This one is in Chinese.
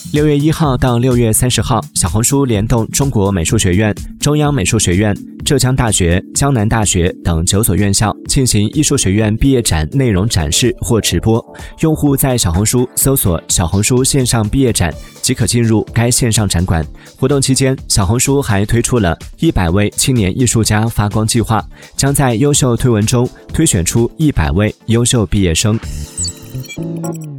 6月1号到6月30号，小红书联动中国美术学院、中央美术学院、浙江大学、江南大学等9所院校进行艺术学院毕业展内容展示或直播。用户在小红书搜索“小红书线上毕业展”即可进入该线上展馆。活动期间，小红书还推出了100位青年艺术家发光计划，将在优秀推文中推选出100位优秀毕业生。